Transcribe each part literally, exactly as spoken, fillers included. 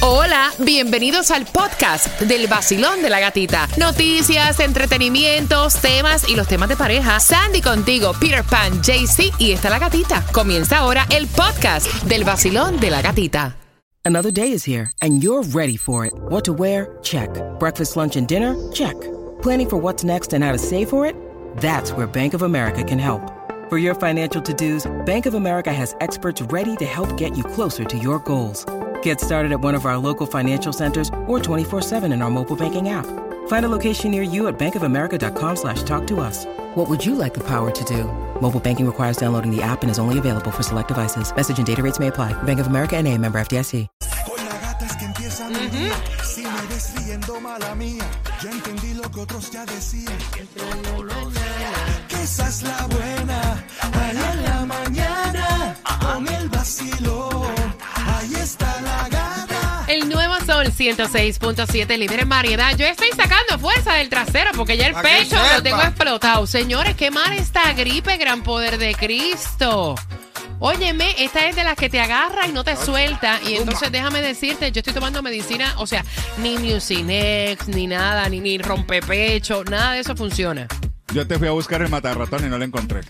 Hola, bienvenidos al podcast del Vacilón de la Gatita. Noticias, entretenimientos, temas y los temas de pareja. Sandy contigo, Peter Pan, J C y está la gatita. Comienza ahora el podcast del Vacilón de la Gatita. Another day is here and you're ready for it. What to wear? Check. Breakfast, lunch, and dinner? Check. Planning for what's next and how to save for it? That's where Bank of America can help. For your financial to-dos, Bank of America has experts ready to help get you closer to your goals. Get started at one of our local financial centers or twenty-four seven in our mobile banking app. Find a location near you at bankofamerica.com slash talk to us. What would you like the power to do? Mobile banking requires downloading the app and is only available for select devices. Message and data rates may apply. Bank of America N A, member F D I C. Con la gata es que empieza mi día. Si me ves riendo, mala mía. Ya entendí lo que otros ya decían. Que esa es la buena. Ahí en la mañana. Con el vacilón. Ahí está la gata. El nuevo Sol ciento seis punto siete, líder en variedad. Yo estoy sacando fuerza del trasero porque ya el Pa' pecho que lo tengo sepa. explotado. Señores, qué mal esta gripe, gran poder de Cristo. Óyeme, esta es de las que te agarra y no te suelta. Y entonces déjame decirte, yo estoy tomando medicina, o sea, ni Mucinex, ni nada, ni, ni rompepecho, nada de eso funciona. Yo te fui a buscar el matarratón y no lo encontré.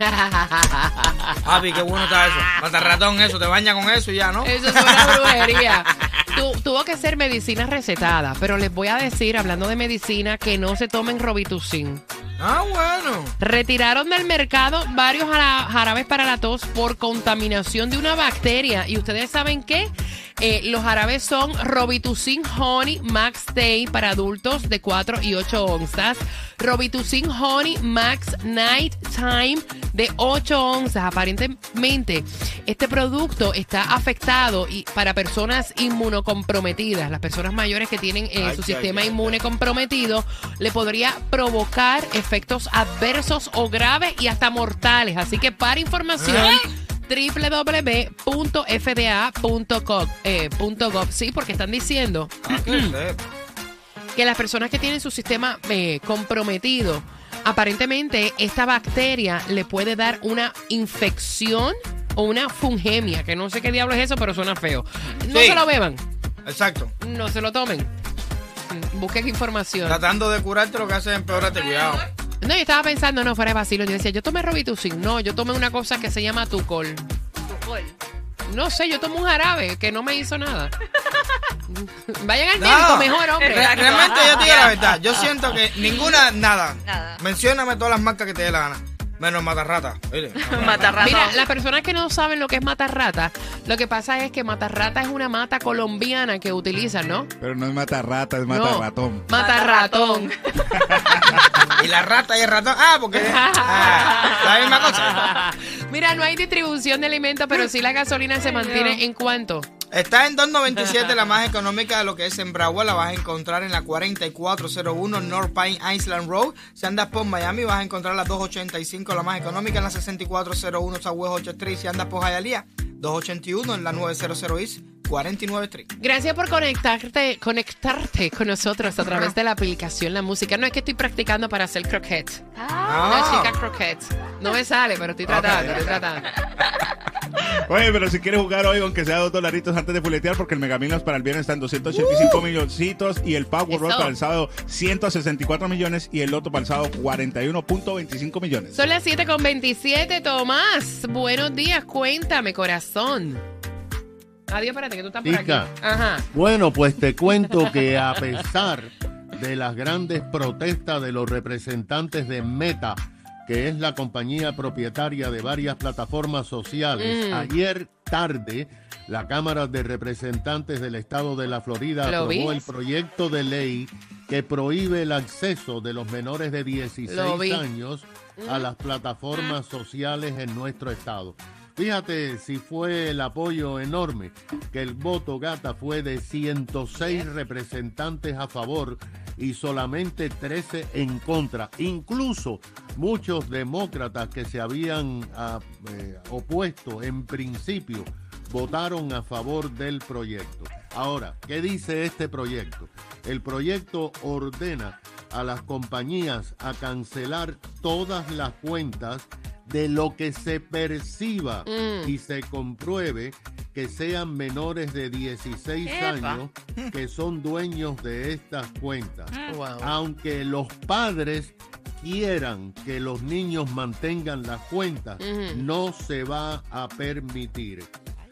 Papi, qué bueno está eso. Mata ratón eso, te baña con eso y ya, ¿no? Eso es una brujería. Tu, tuvo que ser medicina recetada, pero les voy a decir, hablando de medicina, que no se tomen Robitussin. Ah, bueno. Retiraron del mercado varios jara- jarabes para la tos por contaminación de una bacteria. ¿Y ustedes saben qué? Eh, los jarabes son Robitussin Honey Max Day para adultos de cuatro y ocho onzas. Robitussin Honey Max Night Time de ocho onzas. Aparentemente, este producto está afectado y para personas inmunocomprometidas. Las personas mayores que tienen eh, Ay, su ay, sistema ay, inmune ay. comprometido le podría provocar efectos adversos o graves y hasta mortales. Así que para información, doble u doble u doble u punto f d a punto gov, eh, punto gov. Sí, porque están diciendo Ah, que sepa. que las personas que tienen su sistema eh, comprometido, aparentemente esta bacteria le puede dar una infección o una fungemia, que no sé qué diablo es eso, pero suena feo. No Sí. se lo beban, Exacto. no se lo tomen. Busquen información. Tratando de curarte lo que hace es empeorarte, cuidado. No, yo estaba pensando, no, fuera de vacilo. Yo decía, yo tomé Robitussin. No, yo tomé una cosa que se llama Tucol. ¿Tucol? No sé, yo tomé un jarabe que no me hizo nada. Vayan al No. médico mejor, hombre. Re- Realmente yo te digo la verdad. Yo siento que ninguna, nada. Nada. Mencióname todas las marcas que te dé la gana. Menos matarrata. Mire, Matarrata. Mira, las personas que no saben lo que es matarrata, lo que pasa es que matarrata es una mata colombiana que utilizan, ¿no? Pero no es matarrata, es No. matarratón. Matarratón. Y la rata y el ratón. Ah, porque. Ah, la misma cosa. Mira, no hay distribución de alimentos, pero sí la gasolina se mantiene en cuánto. Está en dos noventa y siete, la más económica de lo que es en Broward. La vas a encontrar en la cuarenta y cuatro cero uno North Pine Island Road. Si andas por Miami, vas a encontrar la dos ochenta y cinco, la más económica, en la sesenta y cuatro cero uno Southwest ocho Street. Si andas por Hialeah, dos ochenta y uno en la novecientos East cuarenta y nueve Street. Gracias por conectarte, conectarte con nosotros a través de la aplicación La Música. No es que estoy practicando para hacer croquette. Ah, Una chica croquette. No me sale, pero estoy tratando, estoy tratando. Oye, pero si quieres jugar hoy, aunque sea dos dolaritos antes de fuletear, porque el Megaminos para el viernes está en doscientos ochenta y cinco milloncitos y el Powerball Eso. para el sábado ciento sesenta y cuatro millones y el Loto para el sábado cuarenta y uno punto veinticinco millones. Son las siete con veintisiete, Tomás. Buenos días, cuéntame, corazón. Adiós, espérate, que tú estás por Chica. aquí. Ajá. Bueno, pues te cuento que a pesar de las grandes protestas de los representantes de Meta, que es la compañía propietaria de varias plataformas sociales, Mm. ayer tarde la Cámara de Representantes del Estado de la Florida ¿Lo aprobó vi? el proyecto de ley que prohíbe el acceso de los menores de Lo vi. dieciséis años a las plataformas sociales en nuestro estado. Fíjate si fue el apoyo enorme, que el voto, gata, fue de ciento seis representantes a favor y solamente trece en contra. Incluso muchos demócratas que se habían ah, eh, opuesto en principio votaron a favor del proyecto. Ahora, ¿qué dice este proyecto? El proyecto ordena a las compañías a cancelar todas las cuentas de lo que se perciba Mm. y se compruebe que sean menores de dieciséis Epa. años que son dueños de estas cuentas. Wow. Aunque los padres quieran que los niños mantengan las cuentas, Ujú. no se va a permitir.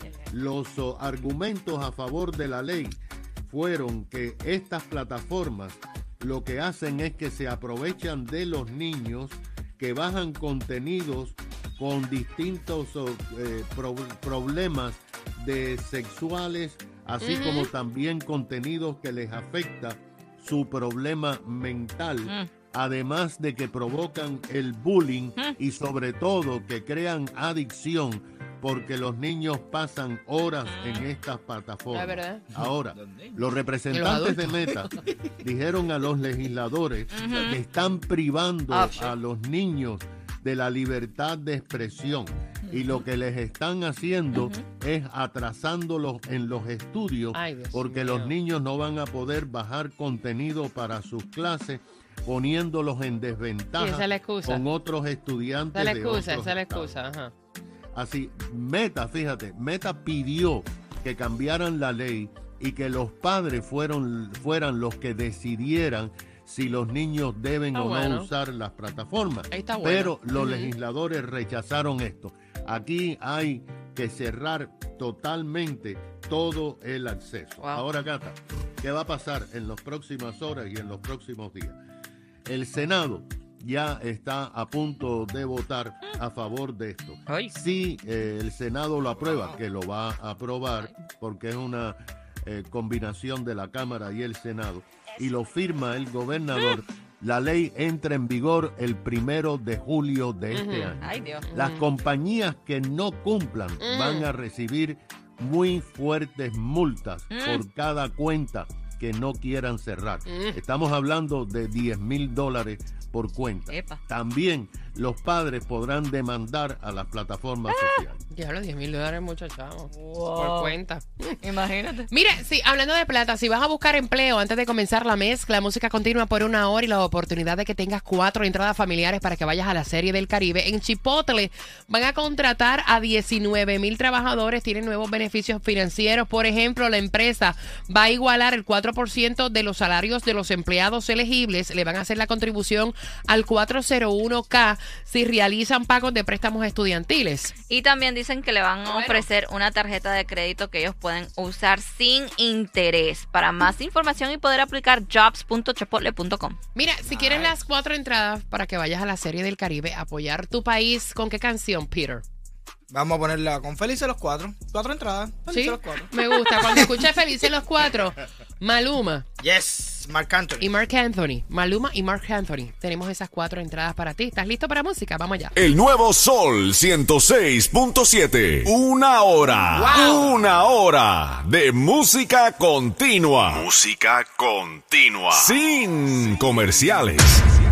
Los oh, argumentos a favor de la ley fueron que estas plataformas lo que hacen es que se aprovechan de los niños que bajan contenidos con distintos oh, eh, pro- problemas de sexuales, así Ujú. como también contenidos que les afecta su problema mental, Mm. además de que provocan el bullying y sobre todo que crean adicción porque los niños pasan horas en estas plataformas. Es verdad. Ahora, los representantes de Meta dijeron a los legisladores que están privando Ah, sí. a los niños de la libertad de expresión y lo que les están haciendo es atrasándolos en los estudios Ay, Dios porque mío. los niños no van a poder bajar contenido para sus clases poniéndolos en Sí, desventaja esa es la excusa. con otros estudiantes Esa es la de excusa, otros esa es la estados. excusa. Ajá. Así, Meta, fíjate, Meta pidió que cambiaran la ley y que los padres fueron, fueran los que decidieran si los niños deben Está o bueno. no usar las plataformas. Ahí está bueno. Pero los Ujú. legisladores rechazaron esto. Aquí hay que cerrar totalmente todo el acceso. Wow. Ahora, Gata, ¿qué va a pasar en las próximas horas y en los próximos días? El Senado ya está a punto de votar a favor de esto. Ay. Si eh, el Senado lo aprueba, que lo va a aprobar porque es una eh, combinación de la Cámara y el Senado, y lo firma el gobernador, la ley entra en vigor el primero de julio de este Ujú. año. Ay, Dios. Las compañías que no cumplan Mm. van a recibir muy fuertes multas Mm. por cada cuenta que no quieran cerrar. Mm. Estamos hablando de diez mil dólares por cuenta. Epa. También los padres podrán demandar a las plataformas sociales. Diablo, diez mil dólares, muchachos. Wow. Por cuenta. Imagínate. Mira, sí, hablando de plata, si vas a buscar empleo antes de comenzar la mezcla, música continua por una hora y la oportunidad de que tengas cuatro entradas familiares para que vayas a la Serie del Caribe, en Chipotle van a contratar a diecinueve mil trabajadores, tienen nuevos beneficios financieros. Por ejemplo, la empresa va a igualar el cuatro por ciento de los salarios de los empleados elegibles, le van a hacer la contribución al cuatrocientos uno K si realizan pagos de préstamos estudiantiles. Y también dicen que le van a Bueno. ofrecer una tarjeta de crédito que ellos pueden usar sin interés. Para más información y poder aplicar, jobs punto chipotle punto com. Mira, si quieres las cuatro entradas para que vayas a la Serie del Caribe, apoyar tu país, ¿con qué canción, Peter? Vamos a ponerla con Felices los Cuatro. Cuatro entradas. Felices Sí, los Cuatro. me gusta. Cuando escuché Felices los Cuatro, Maluma Yes, Marc Anthony. y Mark Anthony. Maluma y Mark Anthony. Tenemos esas cuatro entradas para ti. ¿Estás listo para música? Vamos allá. El nuevo Sol ciento seis punto siete. Una hora. Wow. Una hora de música continua. Música continua. Sin comerciales.